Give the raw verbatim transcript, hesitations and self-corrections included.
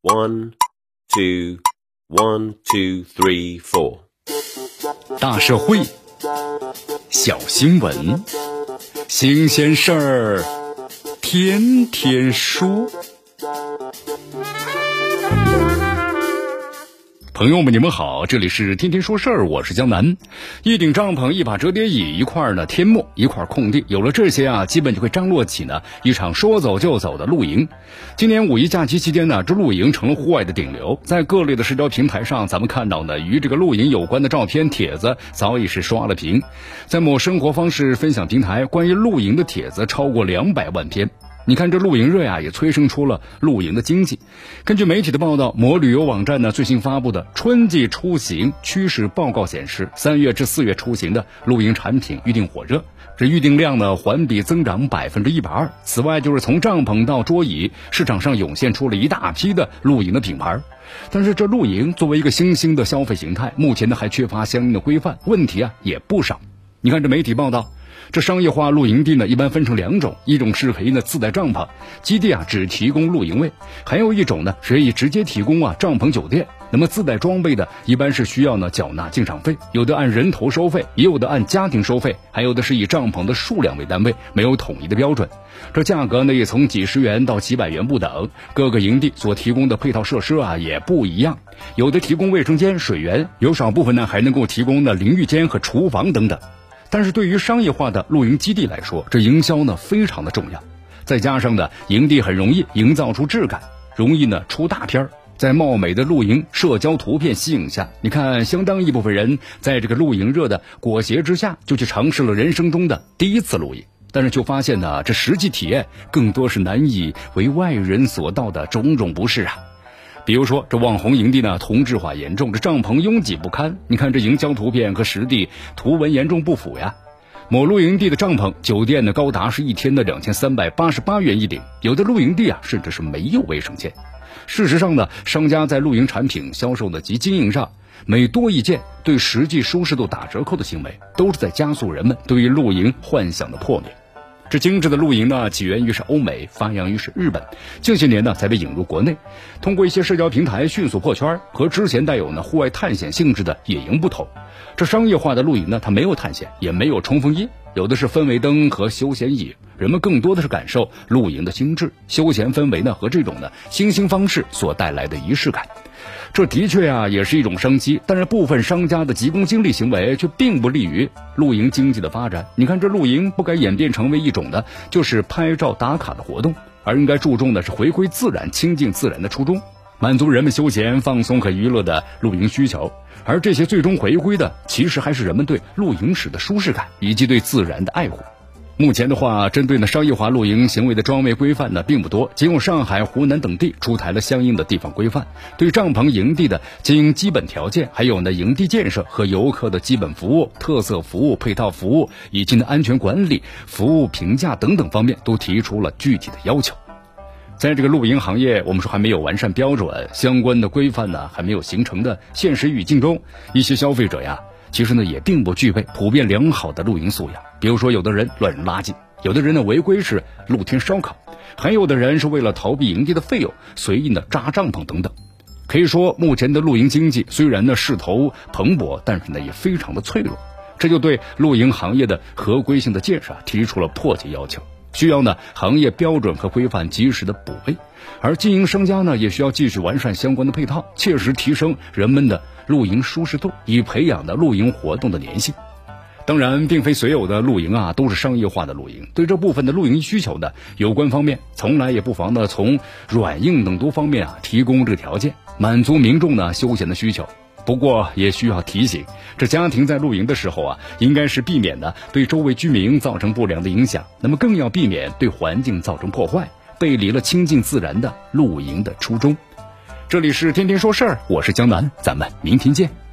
One, two, one, two, three, four。 大社会，小新闻，新鲜事儿，天天说。朋友们，你们好，这里是天天说事儿，我是江南。一顶帐篷，一把折叠椅，一块呢天幕，一块空地，有了这些啊，基本就会张罗起呢一场说走就走的露营。今年五一假期期间呢，这露营成了户外的顶流，在各类的社交平台上，咱们看到呢与这个露营有关的照片帖子早已是刷了屏。在某生活方式分享平台，关于露营的帖子超过两百万篇。你看这露营热呀，也催生出了露营的经济。根据媒体的报道，某旅游网站呢最新发布的春季出行趋势报告显示，三月至四月出行的露营产品预订火热，这预订量呢环比增长百分之一百二。此外，就是从帐篷到桌椅，市场上涌现出了一大批的露营的品牌。但是这露营作为一个新兴的消费形态，目前呢还缺乏相应的规范，问题啊也不少。你看这媒体报道，这商业化露营地呢，一般分成两种，一种是可以呢自带帐篷，基地啊只提供露营位；还有一种呢是可以直接提供啊帐篷酒店。那么自带装备的，一般是需要呢缴纳进场费，有的按人头收费，也有的按家庭收费，还有的是以帐篷的数量为单位，没有统一的标准。这价格呢也从几十元到几百元不等，各个营地所提供的配套设施啊也不一样，有的提供卫生间、水源，有少部分呢还能够提供呢淋浴间和厨房等等。但是对于商业化的露营基地来说，这营销呢非常的重要，再加上呢营地很容易营造出质感，容易呢出大片。在貌美的露营社交图片吸引下，你看相当一部分人在这个露营热的裹挟之下，就去尝试了人生中的第一次露营，但是就发现呢这实际体验更多是难以为外人所道的种种不适啊。比如说这网红营地呢同质化严重，这帐篷拥挤不堪，你看这营销图片和实地图文严重不符呀。某露营地的帐篷酒店呢高达是一天的两千三百八十八元一顶，有的露营地啊甚至是没有卫生间。事实上呢，商家在露营产品销售的及经营上，每多一件对实际舒适度打折扣的行为，都是在加速人们对于露营幻想的破灭。这精致的露营呢，起源于是欧美，发扬于是日本，近些年呢才被引入国内。通过一些社交平台迅速破圈，和之前带有呢户外探险性质的野营不同。这商业化的露营呢，它没有探险，也没有冲锋衣，有的是氛围灯和休闲椅，人们更多的是感受露营的精致、休闲氛围呢和这种呢新兴方式所带来的仪式感。这的确啊也是一种商机，但是部分商家的急功近利行为却并不利于露营经济的发展。你看这露营不该演变成为一种的就是拍照打卡的活动，而应该注重的是回归自然、亲近自然的初衷，满足人们休闲放松和娱乐的露营需求。而这些最终回归的其实还是人们对露营时的舒适感以及对自然的爱护。目前的话，针对呢商业化露营行为的装备规范呢并不多，仅有上海、湖南等地出台了相应的地方规范，对帐篷营地的经基本条件，还有呢营地建设和游客的基本服务、特色服务、配套服务以及呢安全管理、服务评价等等方面都提出了具体的要求。在这个露营行业，我们说还没有完善标准，相关的规范呢还没有形成的现实语境中，一些消费者呀其实呢也并不具备普遍良好的露营素养。比如说有的人乱扔垃圾，有的人呢违规是露天烧烤，还有的人是为了逃避营地的费用随意呢扎帐篷等等。可以说目前的露营经济虽然呢势头蓬勃，但是呢也非常的脆弱，这就对露营行业的合规性的建设提出了迫切要求，需要呢行业标准和规范及时的补位。而经营商家呢也需要继续完善相关的配套，切实提升人们的露营舒适度，以培养的露营活动的粘性。当然并非所有的露营啊都是商业化的露营，对这部分的露营需求呢，有关方面从来也不妨呢从软硬等多方面啊提供这个条件，满足民众呢休闲的需求。不过也需要提醒，这家庭在露营的时候啊，应该是避免呢对周围居民造成不良的影响，那么更要避免对环境造成破坏，背离了亲近自然的露营的初衷。这里是天天说事儿，我是江南，咱们明天见。